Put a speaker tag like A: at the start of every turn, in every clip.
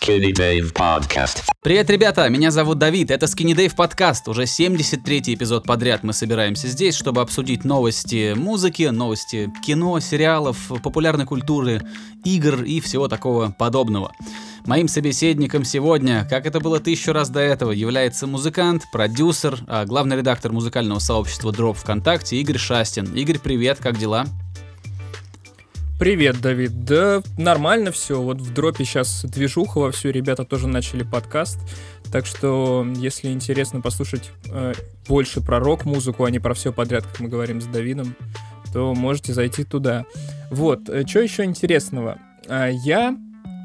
A: Skinny Dave Podcast.
B: Привет, ребята, меня зовут Давид, это Skinny Dave Podcast. Уже 73-й эпизод подряд мы собираемся здесь, чтобы обсудить новости музыки, новости кино, сериалов, популярной культуры, игр и всего такого подобного. Моим собеседником сегодня, как это было 1000 раз до этого, является музыкант, продюсер, главный редактор музыкального сообщества Drop ВКонтакте Игорь Шастин. Игорь, привет, как дела?
C: Привет, Давид. Да, нормально все. Вот в Дропе сейчас движуха вовсю, ребята тоже начали подкаст. Так что, если интересно послушать больше про рок-музыку, а не про все подряд, как мы говорим с Давидом, то можете зайти туда. Вот, что еще интересного? Я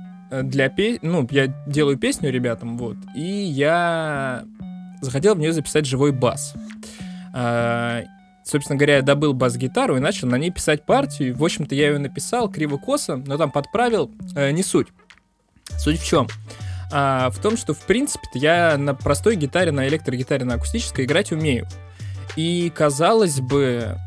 C: делаю песню ребятам, вот, и я захотел в нее записать живой бас. Собственно говоря, я добыл бас-гитару и начал на ней писать партию. В общем-то, я ее написал криво-косо, но там подправил. Не суть. Суть в чем? В том, что, в принципе-то, я на простой гитаре, на электрогитаре, на акустической играть умею. И, казалось бы,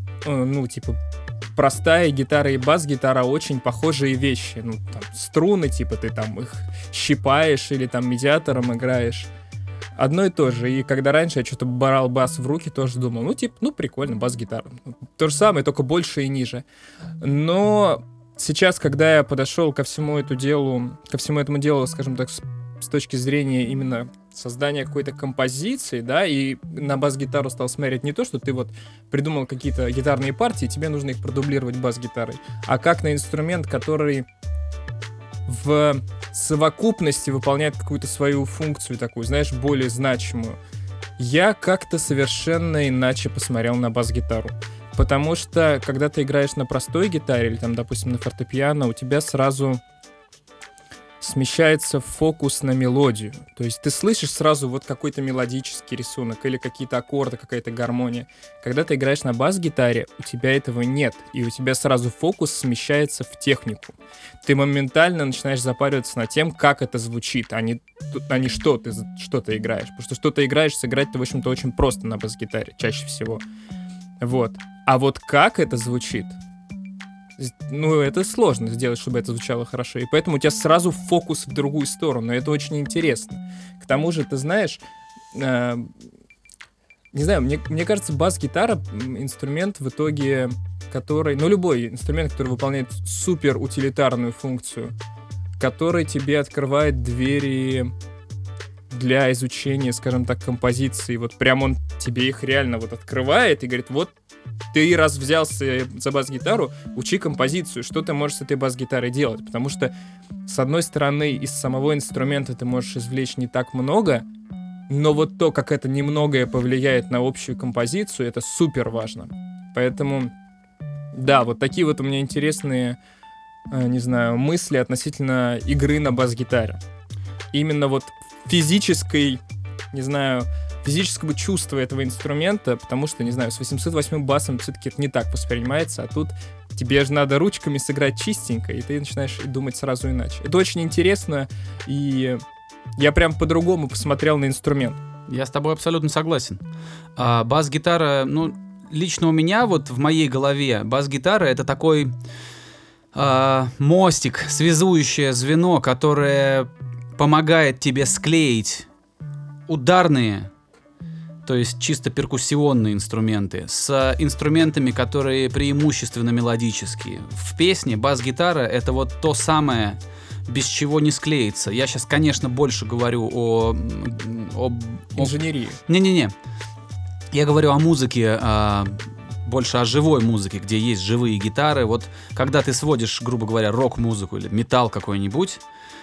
C: простая гитара и бас-гитара очень похожие вещи. Струны, ты там их щипаешь или там медиатором играешь. Одно и то же. И когда раньше я что-то брал бас в руки, тоже думал, прикольно, бас-гитара. То же самое, только больше и ниже. Но сейчас, когда я подошел ко всему этому делу, скажем так, с точки зрения именно создания какой-то композиции, да, и на бас-гитару стал смотреть не то, что ты вот придумал какие-то гитарные партии, тебе нужно их продублировать бас-гитарой, а как на инструмент, который в совокупности выполняет какую-то свою функцию такую, знаешь, более значимую. Я как-то совершенно иначе посмотрел на бас-гитару. Потому что, когда ты играешь на простой гитаре или, там, допустим, на фортепиано, у тебя сразу смещается фокус на мелодию. То есть ты слышишь сразу вот какой-то мелодический рисунок или какие-то аккорды, какая-то гармония. Когда ты играешь на бас-гитаре, у тебя этого нет, и у тебя сразу фокус смещается в технику. Ты моментально начинаешь запариваться над тем, как это звучит, а не что ты играешь. Потому что что ты играешь, сыграть-то, в общем-то, очень просто на бас-гитаре, чаще всего. Вот. А вот как это звучит, это сложно сделать, чтобы это звучало хорошо. И поэтому у тебя сразу фокус в другую сторону. Это очень интересно. К тому же, ты знаешь, не знаю, мне кажется, бас-гитара — инструмент в итоге, который... любой инструмент, который выполняет супер утилитарную функцию, который тебе открывает двери для изучения, скажем так, композиции. Вот прям он тебе их реально вот открывает и говорит, вот ты раз взялся за бас-гитару, учи композицию, что ты можешь с этой бас-гитарой делать, потому что, с одной стороны, из самого инструмента ты можешь извлечь не так много, но вот то, как это немногое повлияет на общую композицию, это супер важно. Поэтому, да, вот такие вот у меня интересные, мысли относительно игры на бас-гитаре. Именно вот физического чувства этого инструмента, потому что, с 808 басом все-таки это не так воспринимается, а тут тебе же надо ручками сыграть чистенько, и ты начинаешь думать сразу иначе. Это очень интересно, и я прям по-другому посмотрел на инструмент.
B: Я с тобой абсолютно согласен. Бас-гитара, лично у меня вот в моей голове бас-гитара — это такой мостик, связующее звено, которое помогает тебе склеить ударные, то есть чисто перкуссионные инструменты, с инструментами, которые преимущественно мелодические. В песне бас-гитара — это вот то самое, без чего не склеится. Я сейчас, конечно, больше говорю о
C: инженерии.
B: Не-не-не. Я говорю о музыке, больше о живой музыке, где есть живые гитары. Вот когда ты сводишь, грубо говоря, рок-музыку или металл какой-нибудь,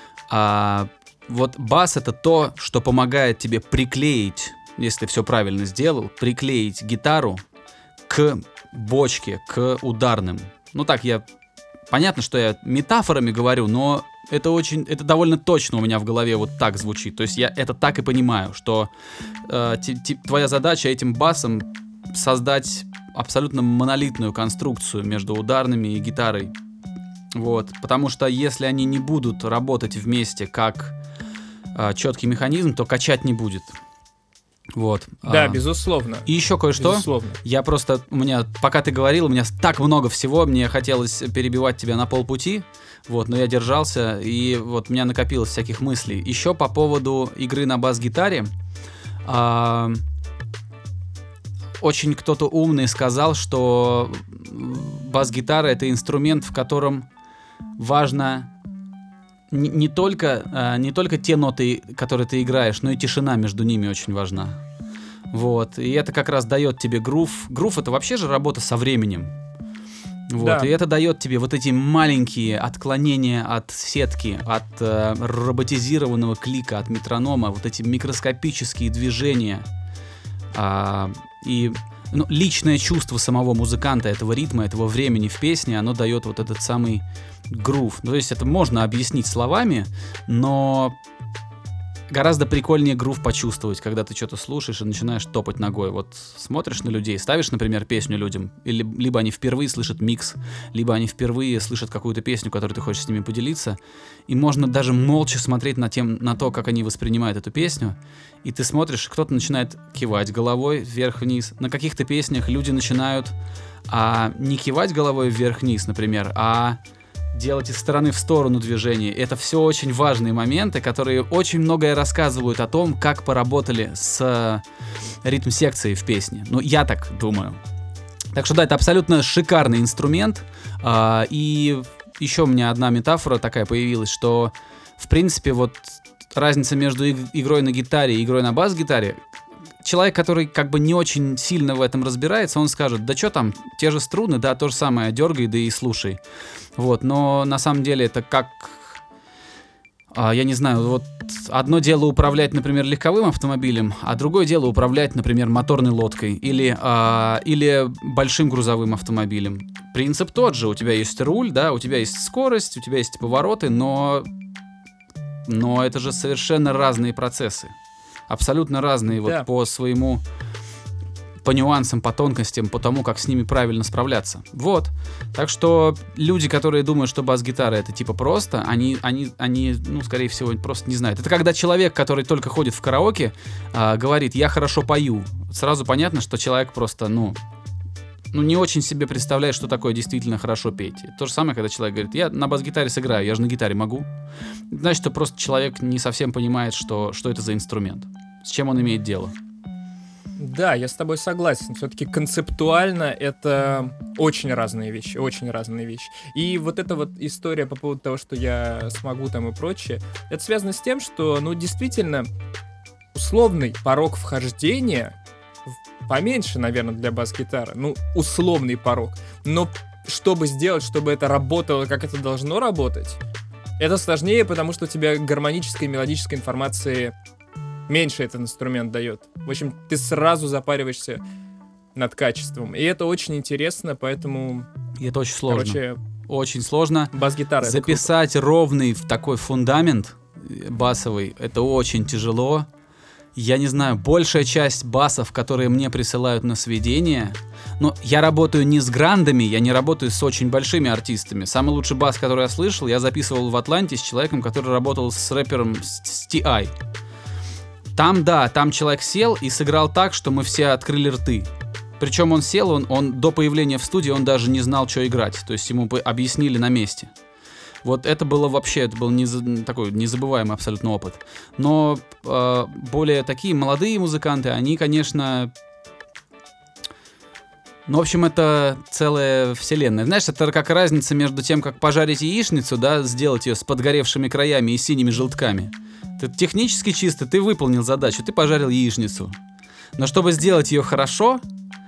B: вот бас — это то, что помогает тебе приклеить, если все правильно сделал, приклеить гитару к бочке, к ударным. Понятно, что я метафорами говорю, но это довольно точно у меня в голове вот так звучит. То есть я это так и понимаю, что твоя задача этим басом создать абсолютно монолитную конструкцию между ударными и гитарой. Вот. Потому что если они не будут работать вместе как четкий механизм, то качать не будет. Вот.
C: Да, безусловно.
B: И еще кое-что.
C: Безусловно.
B: Я просто, пока ты говорил, у меня так много всего, мне хотелось перебивать тебя на полпути, вот, но я держался, и вот у меня накопилось всяких мыслей. Еще по поводу игры на бас-гитаре. Очень кто-то умный сказал, что бас-гитара — это инструмент, в котором важно не только те ноты, которые ты играешь, но и тишина между ними очень важна. Вот. И это как раз дает тебе грув. Грув — это вообще же работа со временем. Вот.
C: Да.
B: И это дает тебе вот эти маленькие отклонения от сетки, от роботизированного клика, от метронома, вот эти микроскопические движения. И личное чувство самого музыканта, этого ритма, этого времени в песне, оно дает вот этот самый грув. То есть это можно объяснить словами, но гораздо прикольнее грув почувствовать, когда ты что-то слушаешь и начинаешь топать ногой. Вот смотришь на людей, ставишь, например, песню людям, или либо они впервые слышат микс, либо они впервые слышат какую-то песню, которой ты хочешь с ними поделиться, и можно даже молча смотреть на то, как они воспринимают эту песню, и ты смотришь, кто-то начинает кивать головой вверх-вниз. На каких-то песнях люди начинают не кивать головой вверх-вниз, например, а делать из стороны в сторону движения. Это все очень важные моменты, которые очень многое рассказывают о том, как поработали с ритм-секцией в песне. Ну, я так думаю. Так что да, это абсолютно шикарный инструмент. И еще у меня одна метафора такая появилась, что, в принципе, вот разница между игрой на гитаре и игрой на бас-гитаре. Человек, который как бы не очень сильно в этом разбирается, он скажет: да что там, те же струны, да, то же самое, дергай, да и слушай. Вот, но на самом деле это как, я не знаю, вот одно дело управлять, например, легковым автомобилем, а другое дело управлять, например, моторной лодкой или большим грузовым автомобилем. Принцип тот же, у тебя есть руль, да, у тебя есть скорость, у тебя есть повороты, но это же совершенно разные процессы. Абсолютно разные,
C: Да.
B: вот по своему, по нюансам, по тонкостям, по тому, как с ними правильно справляться. Вот. Так что люди, которые думают, что бас-гитара это типа просто, они, скорее всего, просто не знают. Это когда человек, который только ходит в караоке, говорит: я хорошо пою. Сразу понятно, что человек просто, не очень себе представляет, что такое действительно хорошо петь. То же самое, когда человек говорит: я на бас-гитаре сыграю, я же на гитаре могу. Значит, что просто человек не совсем понимает, что это за инструмент, с чем он имеет дело.
C: Да, я с тобой согласен. Все-таки концептуально это очень разные вещи, очень разные вещи. И вот эта вот история по поводу того, что я смогу там и прочее, это связано с тем, что, действительно, условный порог вхождения поменьше, наверное, для бас-гитары. Условный порог. Но чтобы сделать, чтобы это работало, как это должно работать, это сложнее, потому что у тебя гармонической и мелодической информации меньше этот инструмент дает. В общем, ты сразу запариваешься над качеством. И это очень интересно, поэтому...
B: И это очень сложно.
C: Короче,
B: очень сложно.
C: бас-гитара — это
B: записать ровный такой фундамент басовый, это очень тяжело. Я не знаю, большая часть басов, которые мне присылают на сведения, я работаю не с грандами, я не работаю с очень большими артистами. Самый лучший бас, который я слышал, я записывал в Атланте с человеком, который работал с рэпером с T.I. Там человек сел и сыграл так, что мы все открыли рты. Причем он сел, он до появления в студии, он даже не знал, что играть. То есть ему объяснили на месте. Вот это было вообще, такой незабываемый абсолютно опыт. Но более такие молодые музыканты, они, конечно... в общем, это целая вселенная. Знаешь, это как разница между тем, как пожарить яичницу, да, сделать ее с подгоревшими краями и синими желтками. Ты технически чисто, ты выполнил задачу, ты пожарил яичницу. Но чтобы сделать ее хорошо,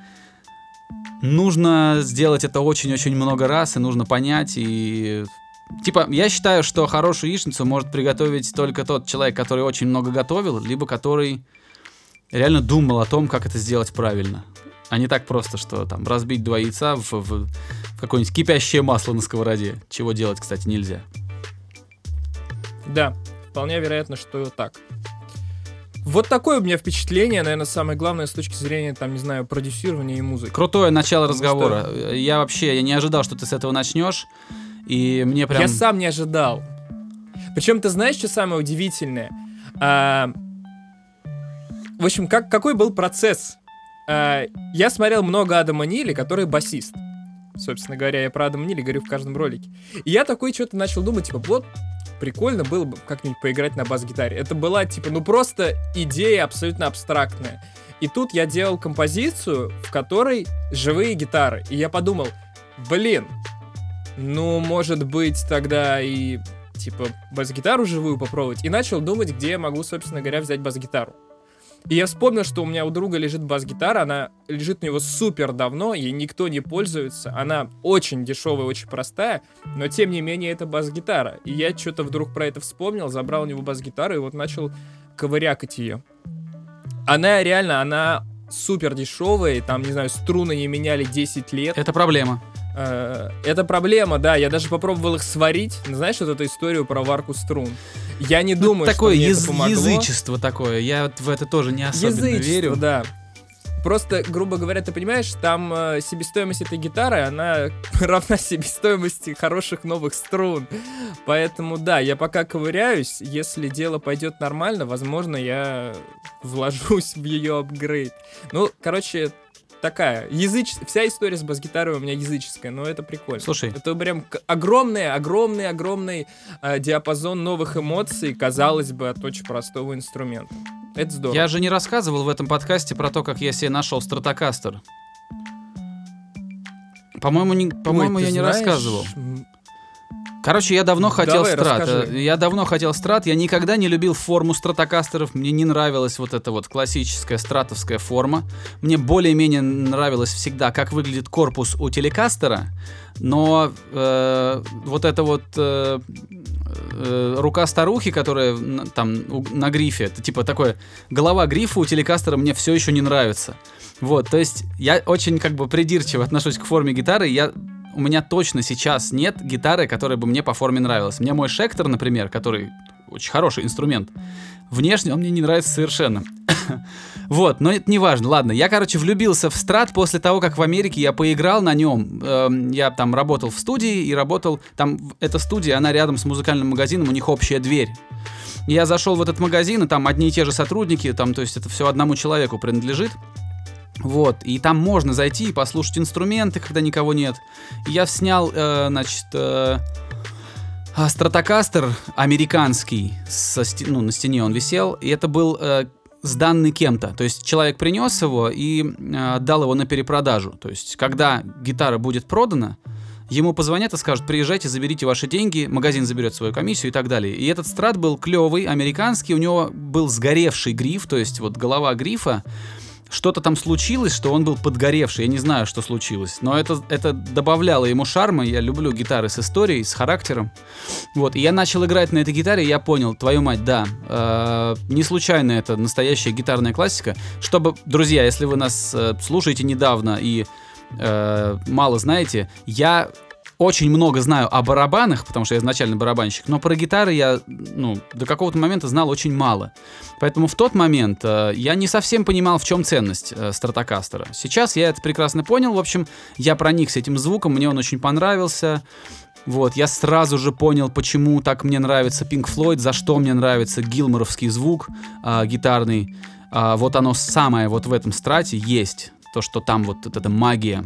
B: нужно сделать это очень-очень много раз, и нужно понять, и... я считаю, что хорошую яичницу может приготовить только тот человек, который очень много готовил, либо который реально думал о том, как это сделать правильно. А не так просто, что там разбить 2 яйца в какое-нибудь кипящее масло на сковороде. Чего делать, кстати, нельзя.
C: Да, вполне вероятно, что так. Вот такое у меня впечатление, наверное, самое главное с точки зрения, продюсирования и музыки.
B: Крутое начало разговора. Я не ожидал, что ты с этого начнешь. И мне прям...
C: Я сам не ожидал. Причем, ты знаешь, что самое удивительное? В общем, какой был процесс? Я смотрел много Адама Нили, который басист. Собственно говоря, я про Адама Нили говорю в каждом ролике. И я такой что-то начал думать, типа, вот, прикольно было бы как-нибудь поиграть на бас-гитаре. Это была, типа, ну просто идея абсолютно абстрактная. И тут я делал композицию, в которой живые гитары. И я подумал, блин, ну, может быть, тогда и, типа, бас-гитару живую попробовать. И начал думать, где я могу, собственно говоря, взять бас-гитару. И я вспомнил, что у меня у друга лежит бас-гитара, она лежит у него супер давно, ей никто не пользуется, она очень дешевая, очень простая, но тем не менее это бас-гитара. И я что-то вдруг про это вспомнил, забрал у него бас-гитару и вот начал ковырякать ее. Она реально, она супер дешевая, там, не знаю, струны не меняли 10 лет.
B: Это проблема.
C: Это проблема, да, я даже попробовал их сварить. Знаешь вот эту историю про варку струн? Я не думаю,
B: такое
C: что мне это помогло.
B: Язычество такое, я в это тоже не особенно верю.
C: Да. Просто, грубо говоря, ты понимаешь, там себестоимость этой гитары, она равна себестоимости хороших новых струн. Поэтому, да, я пока ковыряюсь. Если дело пойдет нормально, возможно, я вложусь в ее апгрейд. Ну, короче, такая вся история с бас-гитарой у меня языческая, но это прикольно.
B: Слушай,
C: это прям огромный диапазон новых эмоций, казалось бы, от очень простого инструмента. Это здорово.
B: Я же не рассказывал в этом подкасте про то, как я себе нашел Стратокастер. По-моему, я не рассказывал. Короче, я давно хотел Страт. Я давно хотел Страт. Я никогда не любил форму стратокастеров. Мне не нравилась вот эта вот классическая стратовская форма. Мне более-менее нравилось всегда, как выглядит корпус у телекастера. Но вот эта вот рука старухи, которая там на грифе, это типа такое, голова грифа у телекастера мне все еще не нравится. Вот, то есть я очень как бы придирчиво отношусь к форме гитары. У меня точно сейчас нет гитары, которая бы мне по форме нравилась. Мне мой Шектор, например, который очень хороший инструмент, внешне он мне не нравится совершенно. Вот, но это не важно. Ладно, я, короче, влюбился в Страт после того, как в Америке я поиграл на нем. Я там работал в студии и работал... Там эта студия, она рядом с музыкальным магазином, у них общая дверь. Я зашел в этот магазин, и там одни и те же сотрудники, там, то есть это все одному человеку принадлежит. Вот, и там можно зайти и послушать инструменты, когда никого нет. И я снял, Стратокастер американский, на стене он висел, и это был сданный кем-то. То есть человек принес его и отдал его на перепродажу. То есть когда гитара будет продана, ему позвонят и скажут: приезжайте, заберите ваши деньги, магазин заберет свою комиссию и так далее. И этот Страт был клевый, американский, у него был сгоревший гриф, то есть вот голова грифа. Что-то там случилось, что он был подгоревший. Я не знаю, что случилось. Но это добавляло ему шарма. Я люблю гитары с историей, с характером. Вот. И я начал играть на этой гитаре, и я понял, твою мать, да. Не случайно это настоящая гитарная классика. Чтобы, друзья, если вы нас слушаете недавно и мало знаете, я очень много знаю о барабанах, потому что я изначально барабанщик, но про гитары я, до какого-то момента знал очень мало. Поэтому в тот момент я не совсем понимал, в чем ценность Стратокастера. Сейчас я это прекрасно понял. В общем, я проникся этим звуком, мне он очень понравился. Вот, я сразу же понял, почему так мне нравится Pink Floyd, за что мне нравится гилморовский звук гитарный. Вот оно самое вот в этом Страте есть. То, что там вот эта магия.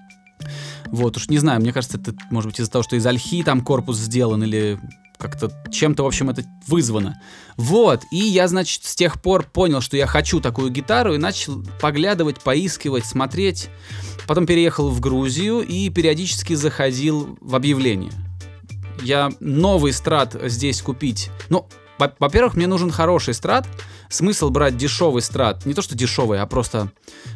B: Вот, уж не знаю, мне кажется, это может быть из-за того, что из ольхи там корпус сделан, или как-то чем-то, в общем, это вызвано. Вот, и я, значит, с тех пор понял, что я хочу такую гитару, и начал поглядывать, поискивать, смотреть. Потом переехал в Грузию и периодически заходил в объявления. Я новый Страт здесь купить... Во-первых, мне нужен хороший Страт. Смысл брать дешевый Страт, не то что дешевый, а просто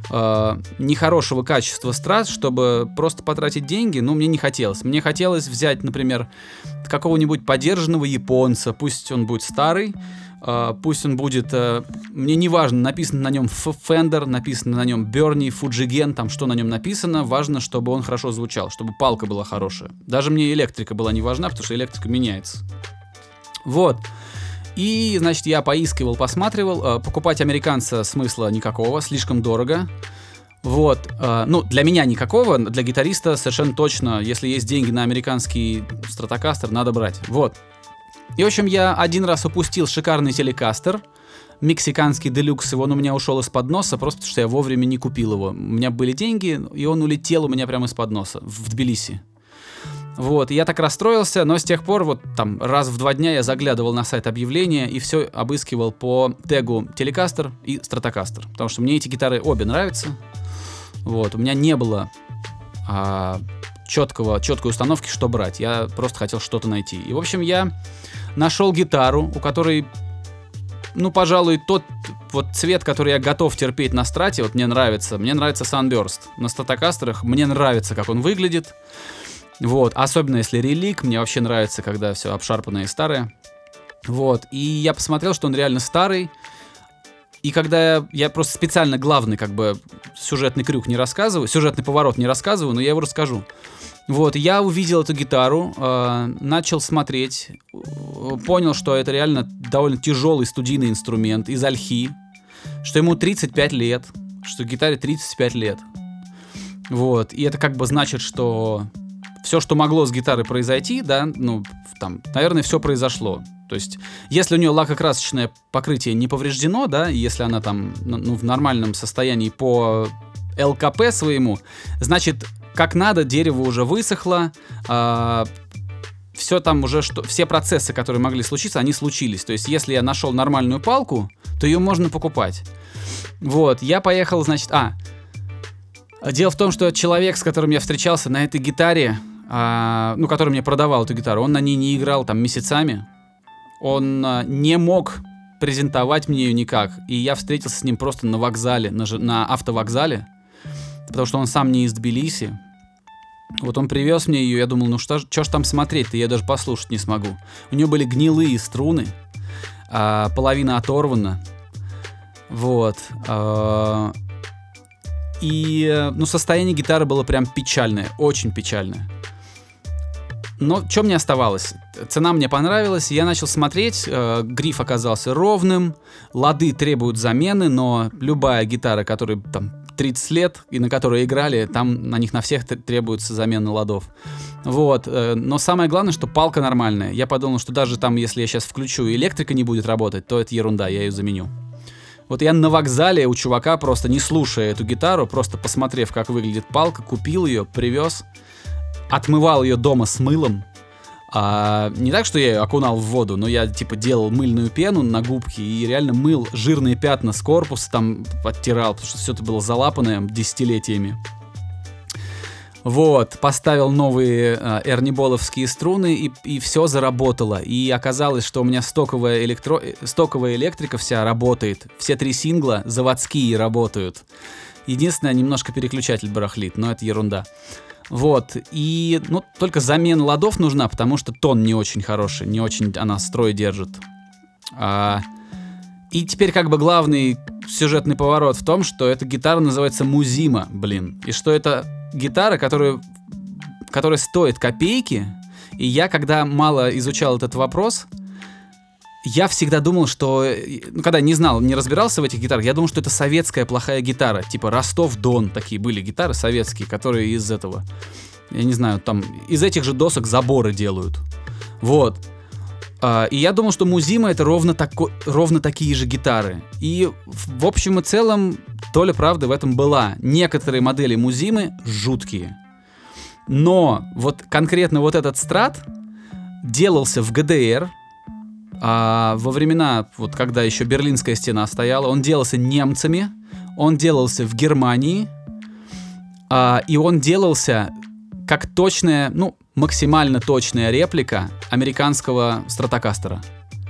B: нехорошего качества Страт, чтобы просто потратить деньги, мне не хотелось. Мне хотелось взять, например, какого-нибудь подержанного японца, пусть он будет старый, пусть он будет, мне не важно, написано на нем Fender, написано на нем Bernie, Fujigen, там что на нем написано, важно, чтобы он хорошо звучал, чтобы палка была хорошая. Даже мне электрика была не важна, потому что электрика меняется. Вот. И, значит, я поискивал, посматривал. Покупать американца смысла никакого, слишком дорого. Вот. Для меня никакого, для гитариста совершенно точно, если есть деньги на американский Стратокастер, надо брать. Вот. И, в общем, я один раз упустил шикарный телекастер. мексиканский делюкс, и он у меня ушел из-под носа, просто потому что я вовремя не купил его. У меня были деньги, и он улетел у меня прямо из-под носа в Тбилиси. Вот, и я так расстроился, но с тех пор вот там раз в 2 дня я заглядывал на сайт объявления и все обыскивал по тегу Telecaster и Stratocaster, потому что мне эти гитары обе нравятся. Вот, у меня не было четкой установки, что брать, я просто хотел что-то найти. И, в общем, я нашел гитару, у которой, ну, пожалуй, тот вот цвет, который я готов терпеть на страте, вот мне нравится Sunburst. На Стратокастерах мне нравится, как он выглядит. Вот, особенно если релик, мне вообще нравится, когда все обшарпанное и старое. Вот, и я посмотрел, что он реально старый. И когда я просто специально главный, как бы, сюжетный поворот не рассказываю, но я его расскажу. Вот, я увидел эту гитару, начал смотреть, понял, что это реально довольно тяжелый студийный инструмент из ольхи, что ему 35 лет, что гитаре 35 лет. Вот, и это как бы значит, что все, что могло с гитарой произойти, да, ну, там, наверное, все произошло. То есть, если у нее лакокрасочное покрытие не повреждено, да, и если она там, ну, в нормальном состоянии по ЛКП своему, значит, как надо, дерево уже высохло, все там уже, все процессы, которые могли случиться, они случились. То есть, если я нашел нормальную палку, то ее можно покупать. Вот, я поехал, значит, дело в том, что человек, с которым я встречался на этой гитаре, ну, который мне продавал эту гитару, он на ней не играл там месяцами. Он не мог презентовать мне ее никак. И я встретился с ним просто на вокзале, на автовокзале, потому что он сам не из Тбилиси. Вот он привез мне ее, я думал, ну что ж там смотреть-то, я даже послушать не смогу. У нее были гнилые струны, половина оторвана. Вот. И, ну, состояние гитары было прям печальное, очень печальное. Но что мне оставалось? Цена мне понравилась, я начал смотреть, гриф оказался ровным, лады требуют замены, но любая гитара, которой там 30 лет и на которой играли, там на них на всех требуется замена ладов. Вот, но самое главное, что палка нормальная. Я подумал, что даже там, если я сейчас включу, и электрика не будет работать, то это ерунда, я ее заменю. Вот я на вокзале у чувака, просто не слушая эту гитару, просто посмотрев, как выглядит палка, купил ее, привез, отмывал ее дома с мылом. Не так, что я ее окунал в воду, но я типа делал мыльную пену на губке и реально мыл жирные пятна с корпуса, там оттирал, потому что все это было залапанное десятилетиями. Вот, поставил новые эрниболовские струны, и все заработало. И оказалось, что у меня стоковая электрика вся работает. Все 3 сингла заводские работают. Единственное, немножко переключатель барахлит, но это ерунда. Вот, и, ну, только замена ладов нужна, потому что тон не очень хороший, не очень она строй держит. И теперь как бы главный сюжетный поворот в том, что эта гитара называется Музима, и что это гитара, которая стоит копейки, и я, когда мало изучал этот вопрос, я всегда думал, что... Ну, когда не знал, не разбирался в этих гитарах, я думал, что это советская плохая гитара. Типа Ростов-Дон, такие были гитары советские, которые из этого... Я не знаю, там... Из этих же досок заборы делают. Вот. И я думал, что Музима — это ровно такие же гитары. И в общем и целом, доля правды в этом была. Некоторые модели Музимы жуткие. Но вот конкретно вот этот страт делался в ГДР, во времена, вот когда еще Берлинская стена стояла, он делался немцами, он делался в Германии, и он делался как точная, ну, максимально точная реплика американского Стратокастера.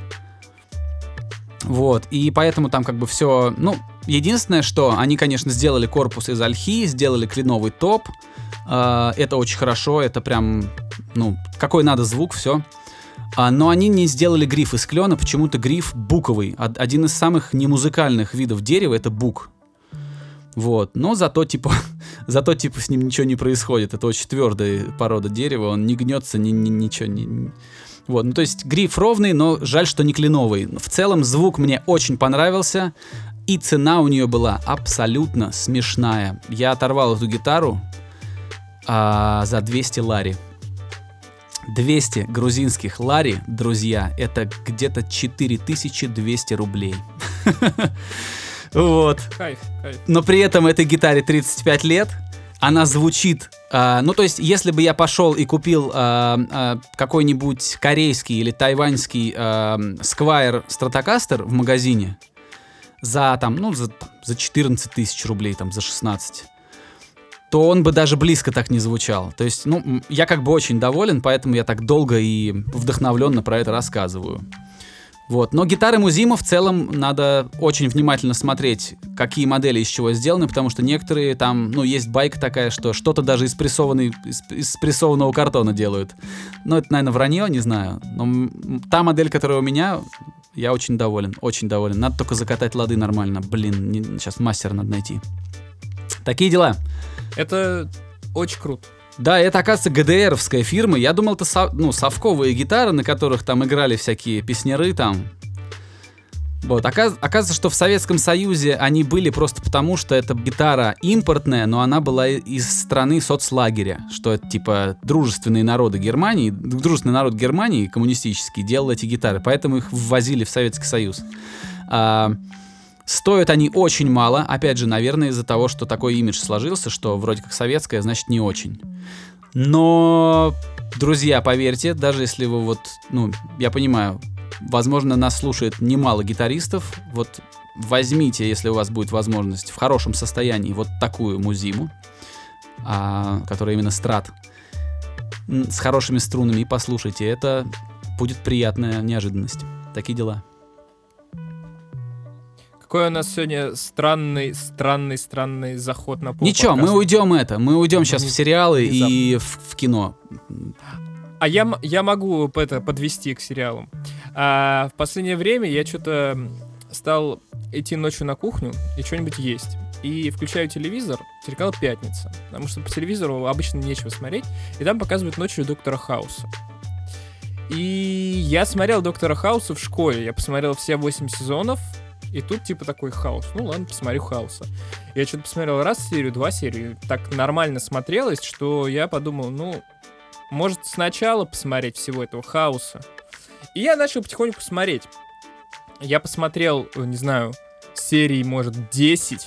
B: Вот, и поэтому там как бы все, ну, единственное, что они, конечно, сделали корпус из ольхи, сделали кленовый топ, это очень хорошо, это прям, ну, какой надо звук, все. Но они не сделали гриф из клена, почему-то гриф буковый. Один из самых немузыкальных видов дерева — это бук. Вот, но зато типа с ним ничего не происходит. Это очень твердая порода дерева, он не гнется, ничего не... Вот, ну то есть гриф ровный, но жаль, что не кленовый. В целом звук мне очень понравился, и цена у нее была абсолютно смешная. Я оторвал эту гитару за 200 лари. 200 грузинских лари, друзья, это где-то 4200 рублей. Вот.
C: Кайф.
B: Но при этом этой гитаре 35 лет, она звучит... ну, то есть, если бы я пошел и купил какой-нибудь корейский или тайваньский Squier Stratocaster в магазине за 14 тысяч рублей, там, за 16, то он бы даже близко так не звучал. То есть, ну, я как бы очень доволен, поэтому я так долго и вдохновленно про это рассказываю. Вот. Но гитары Музимо в целом надо очень внимательно смотреть, какие модели из чего сделаны, потому что некоторые там, ну, есть байка такая, что что-то даже из прессованного картона делают. Ну, это, наверное, вранье, не знаю. Но та модель, которая у меня, я очень доволен, очень доволен. Надо только закатать лады нормально. Блин, сейчас мастера надо найти. Такие дела.
C: Это очень круто.
B: Да, это, оказывается, ГДРовская фирма. Я думал, это совковые гитары, на которых там играли всякие песняры там. Вот, оказывается, что в Советском Союзе они были просто потому, что эта гитара импортная, но она была из страны соцлагеря, что это типа дружественный народ Германии, коммунистический, делал эти гитары, поэтому их ввозили в Советский Союз. Стоят они очень мало, опять же, наверное, из-за того, что такой имидж сложился, что вроде как советская, значит, не очень. Но, друзья, поверьте, даже если вы вот, ну, я понимаю, возможно, нас слушает немало гитаристов, вот возьмите, если у вас будет возможность, в хорошем состоянии вот такую Музиму, которая именно страт, с хорошими струнами, и послушайте, это будет приятная неожиданность. Такие дела.
C: Какой у нас сегодня странный заход на
B: Ничего, мы уйдем сейчас в сериалы и в кино.
C: А я могу это подвести к сериалам. В последнее время я что-то стал идти ночью на кухню и что-нибудь есть. И включаю телевизор, телеканал «Пятница», потому что по телевизору обычно нечего смотреть, и там показывают ночью Доктора Хауса. И я смотрел Доктора Хауса в школе, я посмотрел все 8 сезонов, и тут типа такой Хаус. Ну ладно, посмотрю Хауса. Я что-то посмотрел раз серию, 2 серии. Так нормально смотрелось, что я подумал, ну, может сначала посмотреть всего этого Хауса. И я начал потихоньку смотреть. Я посмотрел, не знаю, серий, может, 10.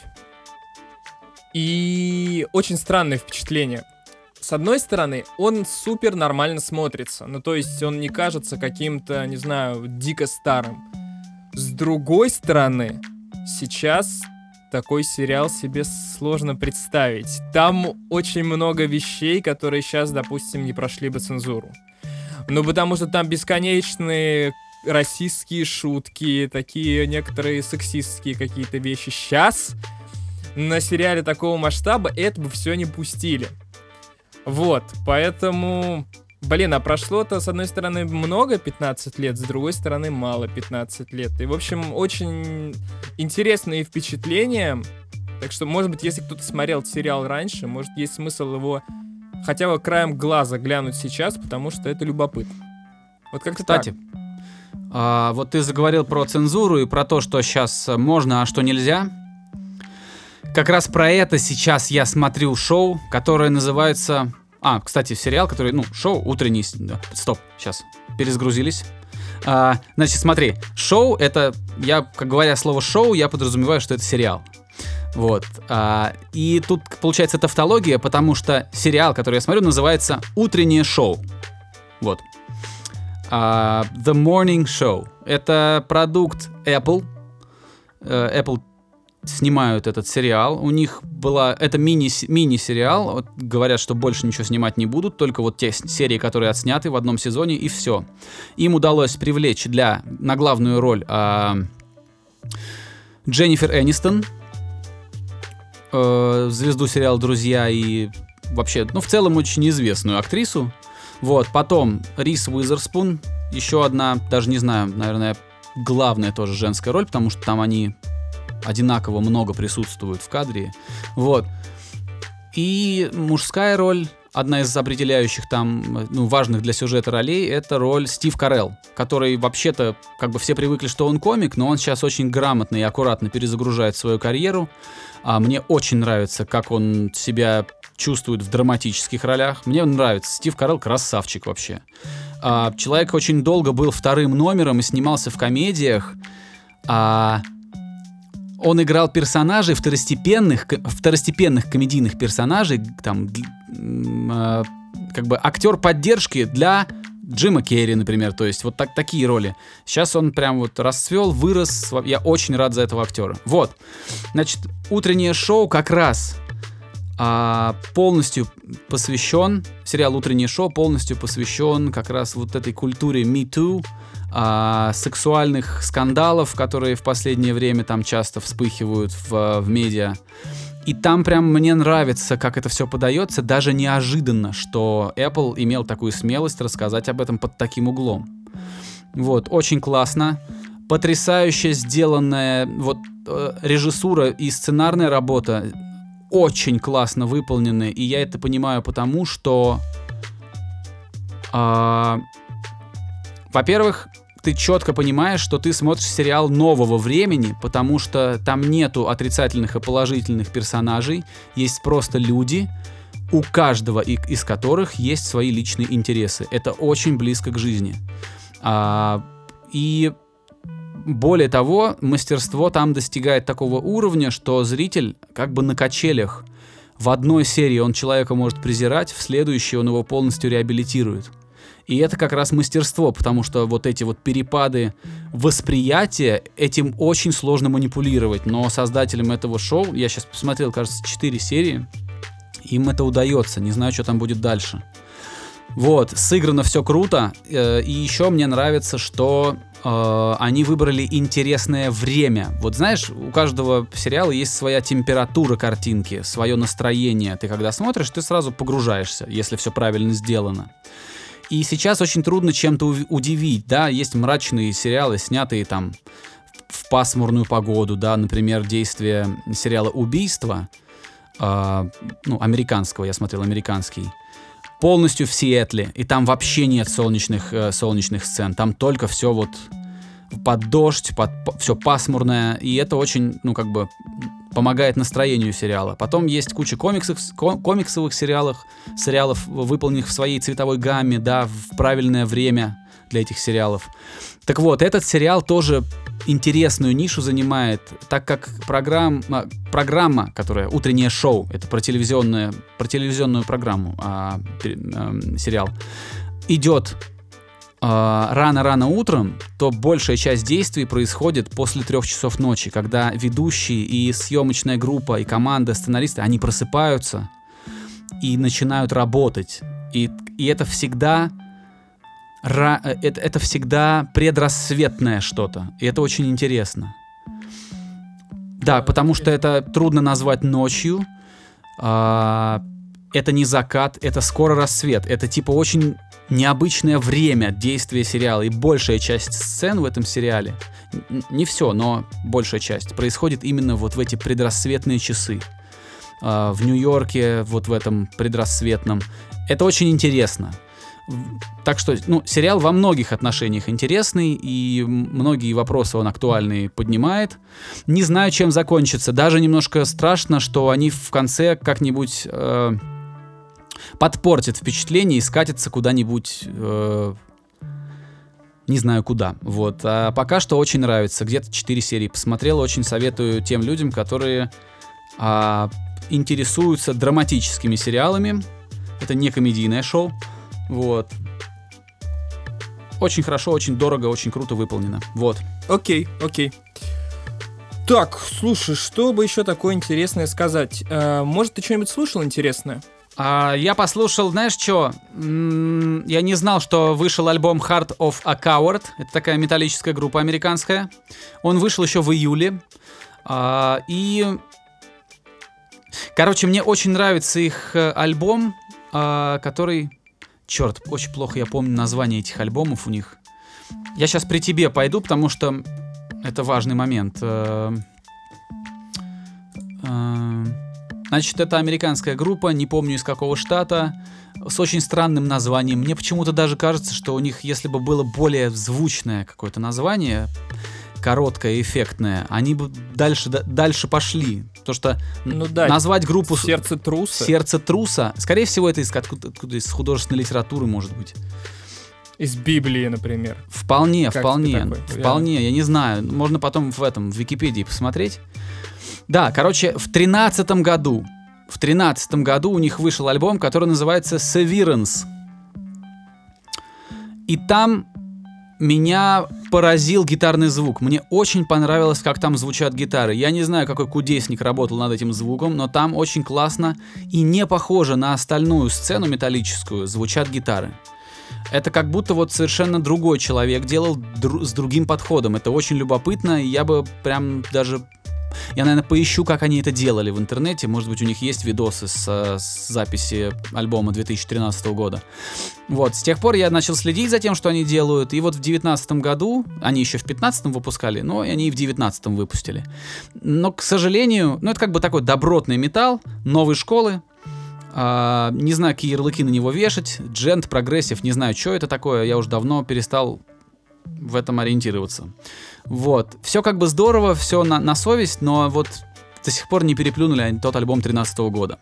C: И очень странное впечатление. С одной стороны, он супер нормально смотрится. Ну, то есть он не кажется каким-то, не знаю, дико старым. С другой стороны, сейчас такой сериал себе сложно представить. Там очень много вещей, которые сейчас, допустим, не прошли бы цензуру. Ну, потому что там бесконечные расистские шутки, такие некоторые сексистские какие-то вещи. Сейчас на сериале такого масштаба это бы все не пустили. Вот, поэтому... Блин, а прошло-то, с одной стороны, много, 15 лет, с другой стороны, мало, 15 лет. И, в общем, очень интересные впечатления. Так что, может быть, если кто-то смотрел сериал раньше, может, есть смысл его хотя бы краем глаза глянуть сейчас, потому что это любопытно. Вот как-то
B: Кстати, так. Вот ты заговорил про цензуру и про то, что сейчас можно, а что нельзя. Как раз про это сейчас я смотрю шоу, которое называется... кстати, сериал, который, шоу утренний... Стоп, сейчас, перезагрузились. Значит, смотри, шоу это... как говоря слово шоу, я подразумеваю, что это сериал. Вот. И тут, получается, тавтология, потому что сериал, который я смотрю, называется «Утреннее шоу». Вот. The Morning Show. Это продукт Apple. Apple снимают этот сериал. У них это мини-сериал. Вот, говорят, что больше ничего снимать не будут, только вот те серии, которые отсняты в одном сезоне, и все. Им удалось привлечь на главную роль Дженнифер Энистон, звезду сериала «Друзья», и вообще, в целом очень известную актрису. Вот, потом Риз Уизерспун, еще одна, даже не знаю, наверное, главная тоже женская роль, потому что там они одинаково много присутствуют в кадре. Вот. И мужская роль одна из определяющих там, важных для сюжета ролей, это роль Стив Карелл, который вообще-то, как бы все привыкли, что он комик, но он сейчас очень грамотно и аккуратно перезагружает свою карьеру. Мне очень нравится, как он себя чувствует в драматических ролях. Мне нравится. Стив Карелл красавчик вообще. Человек очень долго был вторым номером и снимался в комедиях. Он играл персонажей второстепенных комедийных персонажей, там, как бы актер поддержки для Джима Керри, например, то есть вот такие роли. Сейчас он прям вот расцвел, вырос, я очень рад за этого актера. Вот, значит, утреннее шоу как раз полностью посвящен, сериал «Утреннее шоу» полностью посвящен как раз вот этой культуре Me Too, сексуальных скандалов, которые в последнее время там часто вспыхивают в медиа. И там прям мне нравится, как это все подается, даже неожиданно, что Apple имел такую смелость рассказать об этом под таким углом. Вот, очень классно. Потрясающе сделанная вот режиссура и сценарная работа очень классно выполнены, и я это понимаю потому, что во-первых, ты четко понимаешь, что ты смотришь сериал нового времени, потому что там нету отрицательных и положительных персонажей, есть просто люди, у каждого из которых есть свои личные интересы. Это очень близко к жизни. И более того, мастерство там достигает такого уровня, что зритель как бы на качелях. В одной серии он человека может презирать, в следующей он его полностью реабилитирует. И это как раз мастерство, потому что вот эти вот перепады восприятия, этим очень сложно манипулировать. Но создателям этого шоу, я сейчас посмотрел, кажется, 4 серии, им это удается. Не знаю, что там будет дальше. Вот, сыграно все круто. И еще мне нравится, что они выбрали интересное время. Вот знаешь, у каждого сериала есть своя температура картинки, свое настроение. Ты когда смотришь, ты сразу погружаешься, если все правильно сделано. И сейчас очень трудно чем-то удивить, да, есть мрачные сериалы, снятые там в пасмурную погоду, да, например, действие сериала «Убийство», американского, я смотрел американский, полностью в Сиэтле, и там вообще нет солнечных сцен, там только все вот под дождь, все пасмурное, и это очень, помогает настроению сериала. Потом есть куча комиксовых сериалов, выполненных в своей цветовой гамме, да, в правильное время для этих сериалов. Так вот, этот сериал тоже интересную нишу занимает, так как программа, которая «Утреннее шоу», это про телевизионную программу, сериал, идет рано-рано утром, то большая часть действий происходит после 3 часов ночи, когда ведущие и съемочная группа, и команда, сценаристы, они просыпаются и начинают работать. И это всегда предрассветное что-то. И это очень интересно. Да, потому что это трудно назвать ночью. Это не закат, это скоро рассвет. Это типа очень необычное время действия сериала. И большая часть сцен в этом сериале, не все, но большая часть, происходит именно вот в эти предрассветные часы. В Нью-Йорке, вот в этом предрассветном. Это очень интересно. Так что, сериал во многих отношениях интересный, и многие вопросы он актуальные поднимает. Не знаю, чем закончится. Даже немножко страшно, что они в конце как-нибудь подпортят впечатление и скатятся куда-нибудь, не знаю куда. Вот. А пока что очень нравится. Где-то 4 серии посмотрел. Очень советую тем людям, которые интересуются драматическими сериалами. Это не комедийное шоу. Вот. Очень хорошо, очень дорого, очень круто выполнено. Вот.
C: Окей. Так, слушай, что бы еще такое интересное сказать? Может, ты что-нибудь слушал интересное?
B: Я послушал, знаешь что? Я не знал, что вышел альбом Heart of a Coward. Это такая металлическая группа американская. Он вышел еще в июле. Короче, мне очень нравится их альбом, который... Черт, очень плохо я помню название этих альбомов у них. Я сейчас при тебе пойду, потому что это важный момент. Значит, это американская группа, не помню из какого штата, с очень странным названием. Мне почему-то даже кажется, что у них, если бы было более звучное какое-то название, короткое, эффектное, они бы дальше пошли. Потому что назвать группу
C: «Сердце труса».
B: «Сердце труса», скорее всего, это откуда из художественной литературы, может быть.
C: Из Библии, например.
B: Вполне.
C: Вполне,
B: Я не знаю. Можно потом в Википедии посмотреть. Да, короче, в 13-м году у них вышел альбом, который называется Severance. И там меня поразил гитарный звук. Мне очень понравилось, как там звучат гитары. Я не знаю, какой кудесник работал над этим звуком, но там очень классно и не похоже на остальную сцену металлическую звучат гитары. Это как будто вот совершенно другой человек делал с другим подходом. Это очень любопытно, и я бы прям даже... Я, наверное, поищу, как они это делали в интернете. Может быть, у них есть видосы с записи альбома 2013 года. Вот, с тех пор я начал следить за тем, что они делают. И вот в 2019 году, они еще в 2015 выпускали, но они и в 2019 выпустили. Но, к сожалению, это как бы такой добротный металл новой школы. Не знаю, какие ярлыки на него вешать. Джент, прогрессив, не знаю, что это такое. Я уже давно перестал в этом ориентироваться. Вот. Все как бы здорово, все на совесть, но вот до сих пор не переплюнули они тот альбом 2013 года.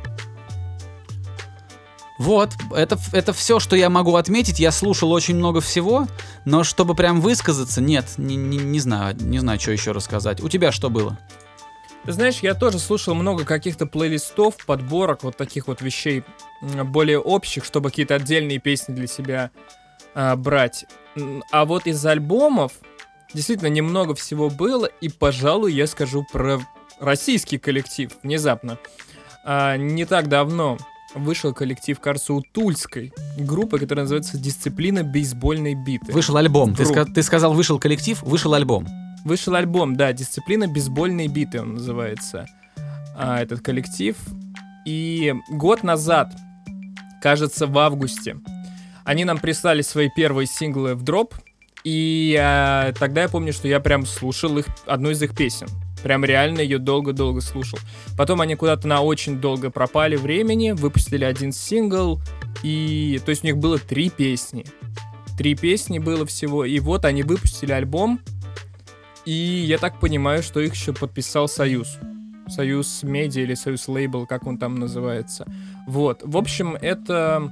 B: Вот, это все, что я могу отметить. Я слушал очень много всего, но чтобы прям высказаться, нет, не знаю, что еще рассказать. У тебя что было?
C: Ты знаешь, я тоже слушал много каких-то плейлистов, подборок, вот таких вот вещей более общих, чтобы какие-то отдельные песни для себя брать. А вот из альбомов действительно немного всего было, и, пожалуй, я скажу про российский коллектив внезапно. Не так давно вышел коллектив, кажется, у тульской группы, которая называется «Дисциплина бейсбольной биты».
B: Вышел альбом. Ты сказал, вышел коллектив, вышел альбом.
C: Вышел альбом, да, «Дисциплина бейсбольной биты» он называется, этот коллектив. И год назад, кажется, в августе, они нам прислали свои первые синглы в дроп. И тогда я помню, что я прям слушал одну из их песен. Прям реально ее долго-долго слушал. Потом они куда-то на очень долго пропали времени, выпустили один сингл. И, то есть у них было 3 песни. 3 песни было всего. И вот они выпустили альбом. И я так понимаю, что их еще подписал Союз. Союз Медиа или Союз Лейбл, как он там называется. Вот. В общем, это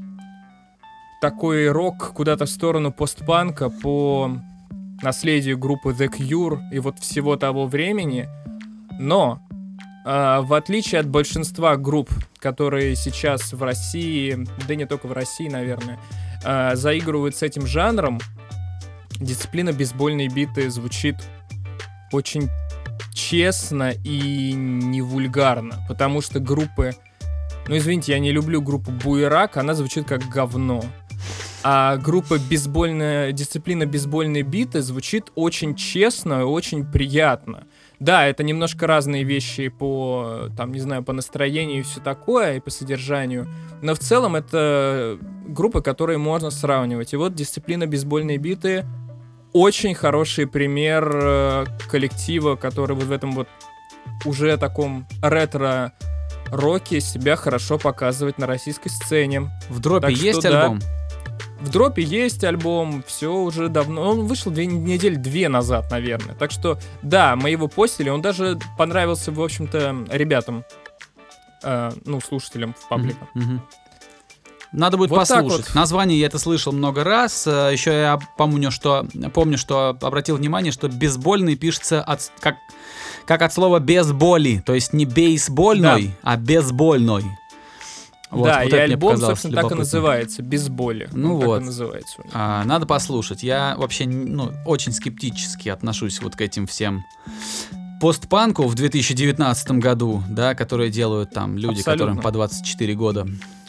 C: такой рок куда-то в сторону постпанка по наследию группы The Cure и вот всего того времени. Но в отличие от большинства групп, которые сейчас в России, да не только в России, наверное, заигрывают с этим жанром, «Дисциплина бейсбольной биты» звучит очень честно и не вульгарно, потому что группы... извините, я не люблю группу Буерак, она звучит как говно. А группа «Дисциплина бейсбольной биты» звучит очень честно и очень приятно. Да, это немножко разные вещи по настроению и все такое, и по содержанию, но в целом это группы, которые можно сравнивать. И вот «Дисциплина бейсбольной биты» очень хороший пример коллектива, который вот в этом вот уже таком ретро-роке себя хорошо показывает на российской сцене.
B: В дропе
C: так
B: есть
C: что,
B: альбом?
C: Да, в дропе есть альбом, все уже давно. Он вышел 2 недели назад, наверное. Так что, да, мы его постили, он даже понравился, в общем-то, ребятам, слушателям в пабликах.
B: Надо будет
C: вот
B: послушать.
C: Вот.
B: Название я это слышал много раз. Еще я помню, что обратил внимание, что бейсбольный пишется как от слова без боли. То есть не бейсбольной, да, а безбольной. Вот,
C: да,
B: вот
C: и альбом, собственно, так и называется, «Без боли».
B: Так
C: и называется.
B: Надо послушать. Я вообще очень скептически отношусь вот к этим всем постпанку в 2019 году, да, которые делают там люди,
C: абсолютно,
B: которым по 24 года.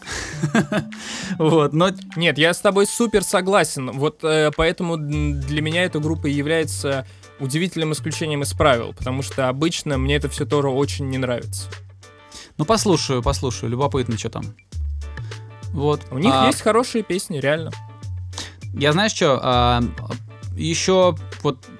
B: Вот, но...
C: Нет, я с тобой супер согласен. Вот поэтому для меня эта группа является удивительным исключением из правил, потому что обычно мне это все тоже очень не нравится.
B: Послушаю, любопытно, что там. Вот.
C: У них есть хорошие песни, реально.
B: Я, знаешь что, еще вот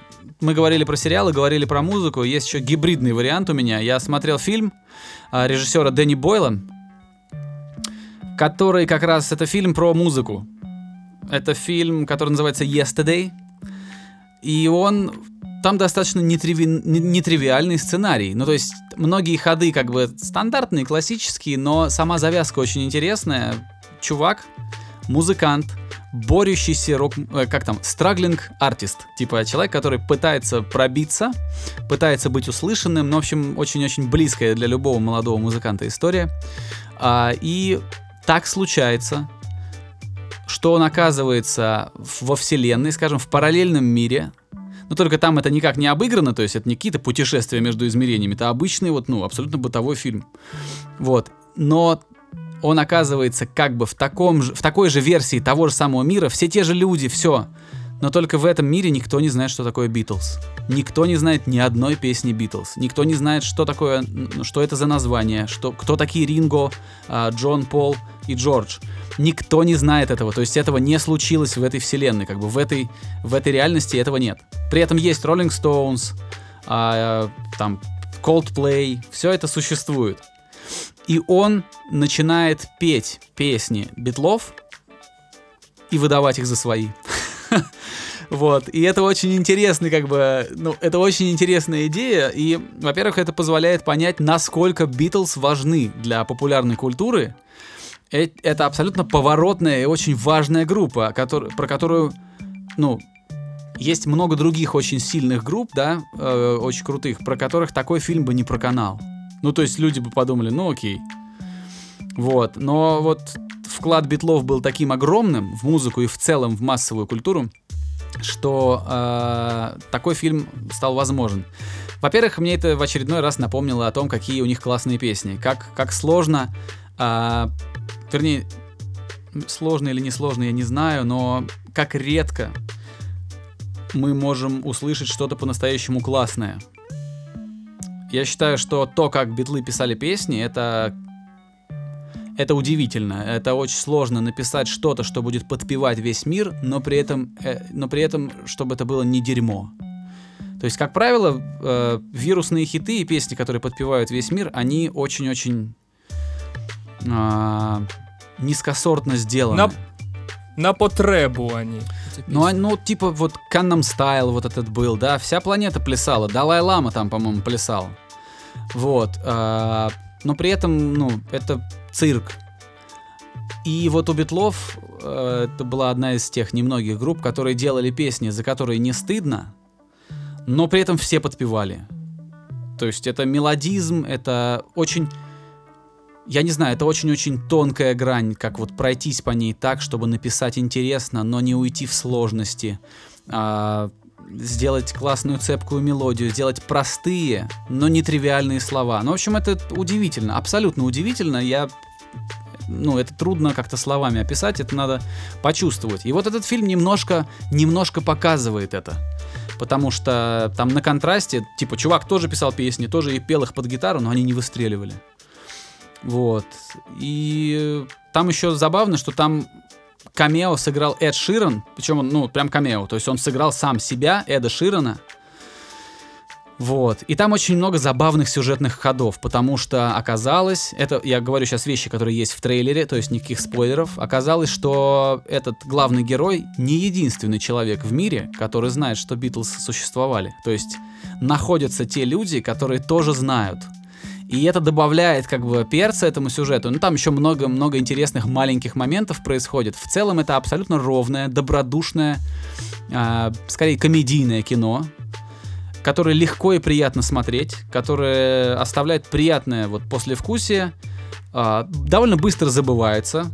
B: мы говорили про сериалы, говорили про музыку, есть еще гибридный вариант у меня. Я смотрел фильм режиссера Дэнни Бойла, который как раз, это фильм про музыку. Это фильм, который называется «Yesterday», и там достаточно нетривиальный сценарий. Ну, то есть, многие ходы как бы стандартные, классические, но сама завязка очень интересная. Чувак, музыкант, борющийся struggling артист. Типа человек, который пытается пробиться, пытается быть услышанным. Ну, в общем, очень-очень близкая для любого молодого музыканта история. И так случается, что он оказывается во вселенной, скажем, в параллельном мире. Но только там это никак не обыграно, то есть это не какие-то путешествия между измерениями, это обычный абсолютно бытовой фильм. Вот. Но он оказывается как бы в такой же версии того же самого мира, все те же люди, все. Но только в этом мире никто не знает, что такое Битлз. Никто не знает ни одной песни Битлз. Никто не знает, что это за название, кто такие Ринго, Джон, Пол и Джордж. Никто не знает этого, то есть этого не случилось в этой вселенной, как бы в этой реальности этого нет. При этом есть Rolling Stones, там Coldplay, все это существует. И он начинает петь песни Битлов и выдавать их за свои. Вот, и это очень интересный, это очень интересная идея, и, во-первых, это позволяет понять, насколько Битлз важны для популярной культуры. Это абсолютно поворотная и очень важная группа, про которую, есть много других очень сильных групп, да, очень крутых, про которых такой фильм бы не проканал. Ну, то есть люди бы подумали, окей. Вот, но вот вклад Битлов был таким огромным в музыку и в целом в массовую культуру, что такой фильм стал возможен. Во-первых, мне это в очередной раз напомнило о том, какие у них классные песни, как сложно, вернее, сложно или не сложно, я не знаю, но как редко мы можем услышать что-то по-настоящему классное. Я считаю, что то, как Битлы писали песни, это удивительно. Это очень сложно написать что-то, что будет подпевать весь мир, но при этом, чтобы это было не дерьмо. То есть, как правило, вирусные хиты и песни, которые подпевают весь мир, они очень-очень низкосортно сделаны.
C: На потребу они.
B: Типа вот Gangnam Style вот этот был, да, вся планета плясала, Далай-Лама там, по-моему, плясал. Вот. Но при этом, это цирк. И вот у Битлов это была одна из тех немногих групп, которые делали песни, за которые не стыдно, но при этом все подпевали. То есть это мелодизм, это очень... Я не знаю, это очень-очень тонкая грань, как вот пройтись по ней так, чтобы написать интересно, но не уйти в сложности, сделать классную цепкую мелодию, сделать простые, но нетривиальные слова. В общем, это удивительно, абсолютно удивительно. Это трудно как-то словами описать, это надо почувствовать. И вот этот фильм немножко показывает это. Потому что там на контрасте, типа, чувак тоже писал песни, тоже и пел их под гитару, но они не выстреливали. Вот. И там еще забавно, что там камео сыграл Эд Ширан, причем он, прям камео, то есть он сыграл сам себя, Эда Ширана. Вот. И там очень много забавных сюжетных ходов, потому что оказалось, это я говорю сейчас вещи, которые есть в трейлере, то есть никаких спойлеров, оказалось, что этот главный герой не единственный человек в мире, который знает, что Битлз существовали. То есть находятся те люди, которые тоже знают. И это добавляет перца этому сюжету. Там еще много интересных маленьких моментов происходит. В целом это абсолютно ровное, добродушное, скорее комедийное кино, которое легко и приятно смотреть, которое оставляет приятное послевкусие, довольно быстро забывается.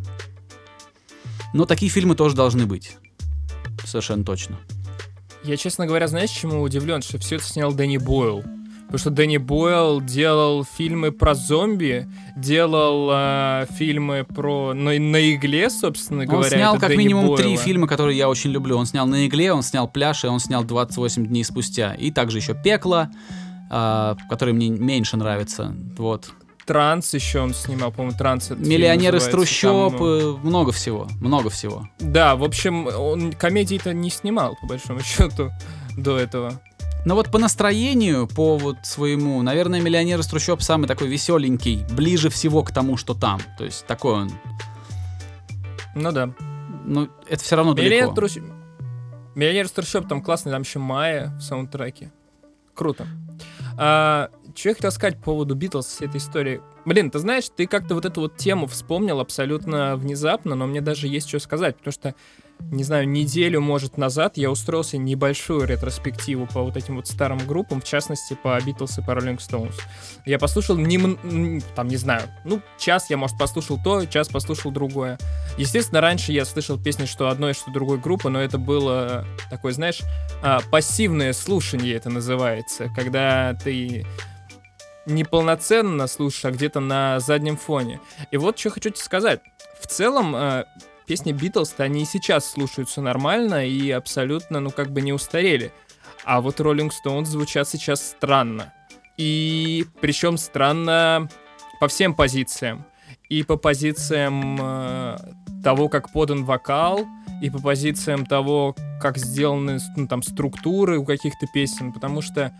B: Но такие фильмы тоже должны быть. Совершенно точно.
C: Я, честно говоря, знаешь, чему удивлен? Что все это снял Дэнни Бойл. Потому что Дэнни Бойл делал фильмы про зомби, делал фильмы про... на игле, собственно говоря. Он
B: снял как минимум
C: Бойла.
B: 3 фильма, которые я очень люблю. Он снял «На игле», он снял «Пляж», и он снял «28 дней спустя». И также еще «Пекло», который мне меньше нравится. Вот.
C: «Транс» еще он снимал, по-моему, «Транс».
B: «Миллионер из трущоб», много всего.
C: Да, в общем, он комедии-то не снимал, по большому счету, до этого.
B: Но вот по настроению, по вот своему, наверное, «Миллионер из трущоб» самый такой веселенький, ближе всего к тому, что там. То есть такой он.
C: Ну да.
B: Ну, это все равно далеко.
C: «Миллионер из трущоб» там классный, там еще Майя в саундтреке. Круто. Что я хотел сказать по поводу Битлз, всей этой истории. Блин, ты знаешь, ты как-то вот эту вот тему вспомнил абсолютно внезапно, но мне даже есть что сказать, потому что, не знаю, неделю, может, назад я устроил себе небольшую ретроспективу по вот этим вот старым группам, в частности, по Битлз и по Rolling Stones. Я послушал, там, не знаю, час я, может, послушал то, час послушал другое. Естественно, раньше я слышал песни, что одной, что другой группы, но это было такое, знаешь, пассивное слушание это называется, когда ты неполноценно слушаешь, а где-то на заднем фоне. И вот что хочу тебе сказать. В целом, песни Битлз-то они и сейчас слушаются нормально и абсолютно, не устарели. А вот Rolling Stones звучат сейчас странно. И причем странно по всем позициям. И по позициям того, как подан вокал, и по позициям того, как сделаны структуры у каких-то песен. Потому что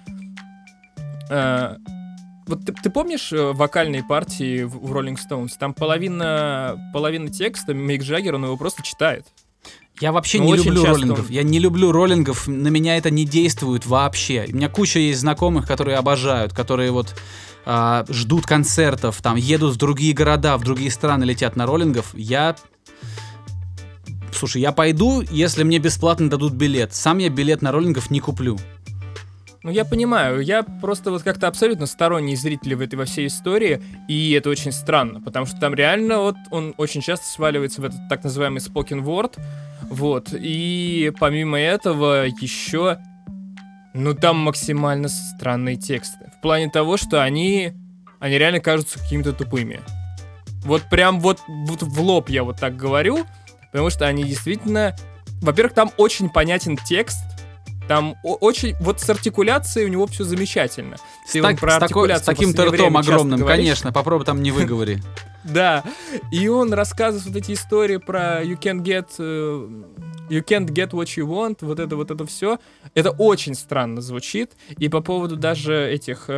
C: вот ты помнишь вокальные партии в Rolling Stones? Там половина текста Мик Джаггер, он его просто читает.
B: Я вообще не люблю роллингов. Я не люблю роллингов, на меня это не действует вообще. У меня куча есть знакомых, которые обожают, которые вот ждут концертов, там едут в другие города, в другие страны, летят на роллингов. Слушай, я пойду, если мне бесплатно дадут билет. Сам я билет на роллингов не куплю.
C: Я понимаю, я просто вот как-то абсолютно сторонний зритель во всей истории, и это очень странно, потому что там реально вот он очень часто сваливается в этот так называемый spoken word, вот, и помимо этого еще, там максимально странные тексты, в плане того, что они реально кажутся какими-то тупыми. Вот прям вот в лоб я вот так говорю, потому что они действительно, во-первых, там очень понятен текст. Там очень... Вот с артикуляцией у него все замечательно.
B: С таким-то ртом огромным, конечно. Попробуй там не выговори.
C: Да. И он рассказывает вот эти истории про you can't get what you want, вот это все. Это очень странно звучит. И по поводу даже этих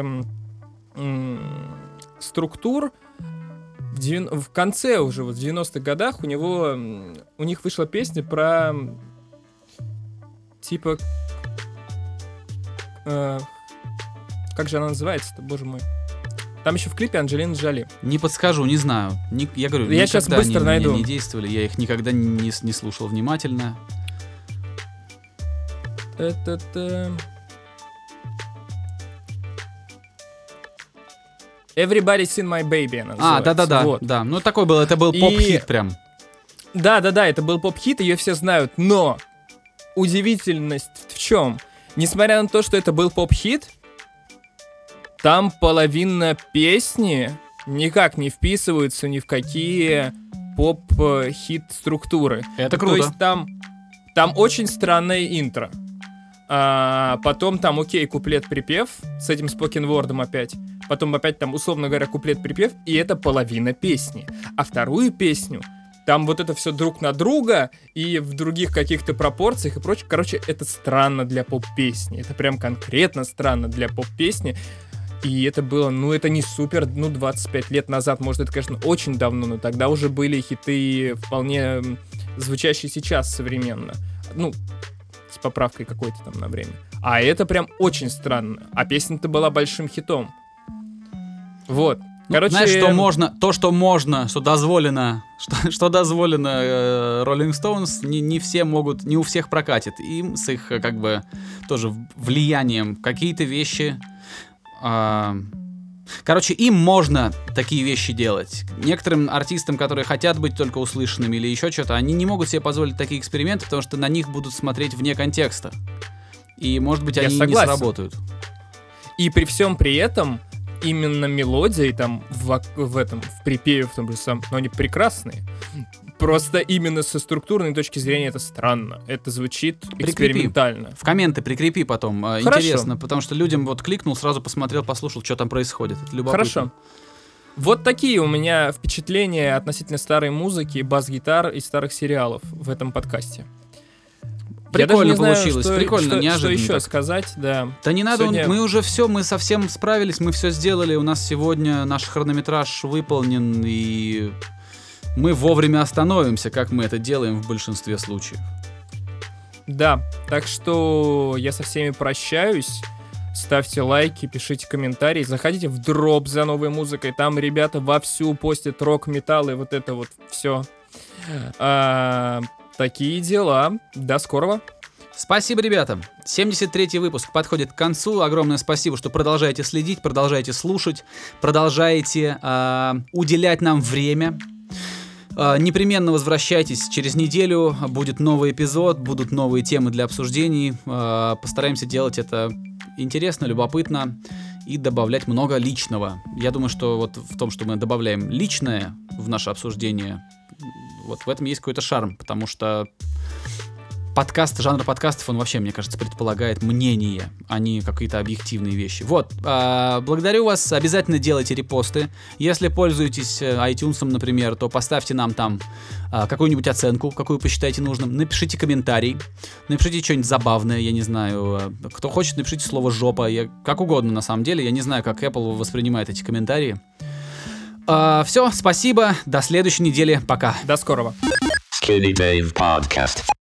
C: структур, в конце уже, вот в 90-х годах у них вышла песня про типа... как же она называется-то, боже мой. Там еще в клипе Анджелина Джоли.
B: Не подскажу, не знаю. Я говорю,
C: я сейчас быстро найду.
B: Не действовали, я их никогда не слушал внимательно.
C: Everybody's Seen My Baby она называется.
B: Да.
C: Вот.
B: Да. Ну, такой был, это был поп-хит прям.
C: Да, это был поп-хит, ее все знают, но удивительность в чем? Несмотря на то, что это был поп-хит, там половина песни никак не вписываются ни в какие поп-хит структуры.
B: Это круто.
C: То есть там очень странное интро. Потом там, куплет-припев с этим спокен-вордом опять. Потом опять там, условно говоря, куплет-припев, и это половина песни. А вторую песню там вот это все друг на друга и в других каких-то пропорциях и прочее. Короче, это странно для поп-песни. Это прям конкретно странно для поп-песни. И это было, это не супер, 25 лет назад. Может, это, конечно, очень давно, но тогда уже были хиты вполне звучащие сейчас современно. С поправкой какой-то там на время. А это прям очень странно. А песня-то была большим хитом. Вот. Короче,
B: знаешь, что дозволено Rolling Stones, не все могут, не у всех прокатит. Им с их, тоже влиянием какие-то вещи... Короче, им можно такие вещи делать. Некоторым артистам, которые хотят быть только услышанными или еще что-то, они не могут себе позволить такие эксперименты, потому что на них будут смотреть вне контекста. И, может быть, они не сработают.
C: И при всем при этом именно мелодии там в припеве в том же самом, но они прекрасные. Просто именно со структурной точки зрения это странно. Это звучит экспериментально.
B: В комменты прикрепи потом.
C: Хорошо.
B: Интересно, потому что людям кликнул, сразу посмотрел, послушал, что там происходит. Это любопытно.
C: Хорошо. Вот такие у меня впечатления относительно старой музыки, бас-гитар и старых сериалов в этом подкасте.
B: Прикольно
C: не знаю,
B: получилось, прикольно, неожиданно.
C: Что еще
B: так.
C: сказать, да.
B: Да не надо,
C: Сегодня-
B: мы уже все, мы совсем справились, мы все сделали. У нас сегодня наш хронометраж выполнен, и мы вовремя остановимся, как мы это делаем в большинстве случаев.
C: Да, так что я со всеми прощаюсь. Ставьте лайки, пишите комментарии, заходите в дроп за новой музыкой. Там ребята вовсю постят рок-металл и вот это вот все. Такие дела. До скорого.
B: Спасибо, ребята. 73-й выпуск подходит к концу. Огромное спасибо, что продолжаете следить, продолжаете слушать, продолжаете уделять нам время. Непременно возвращайтесь. Через неделю будет новый эпизод, будут новые темы для обсуждений. Постараемся делать это интересно, любопытно и добавлять много личного. Я думаю, что вот в том, что мы добавляем личное в наше обсуждение, вот в этом есть какой-то шарм, потому что жанр подкастов, он вообще, мне кажется, предполагает мнение, а не какие-то объективные вещи. Вот, благодарю вас, обязательно делайте репосты. Если пользуетесь iTunes, например, то поставьте нам там какую-нибудь оценку, какую посчитаете нужным. Напишите комментарий, напишите что-нибудь забавное, я не знаю. Кто хочет, напишите слово «жопа», как угодно на самом деле. Я не знаю, как Apple воспринимает эти комментарии. Все, спасибо, до следующей недели, пока.
C: До скорого.
A: Skinny Dave Podcast.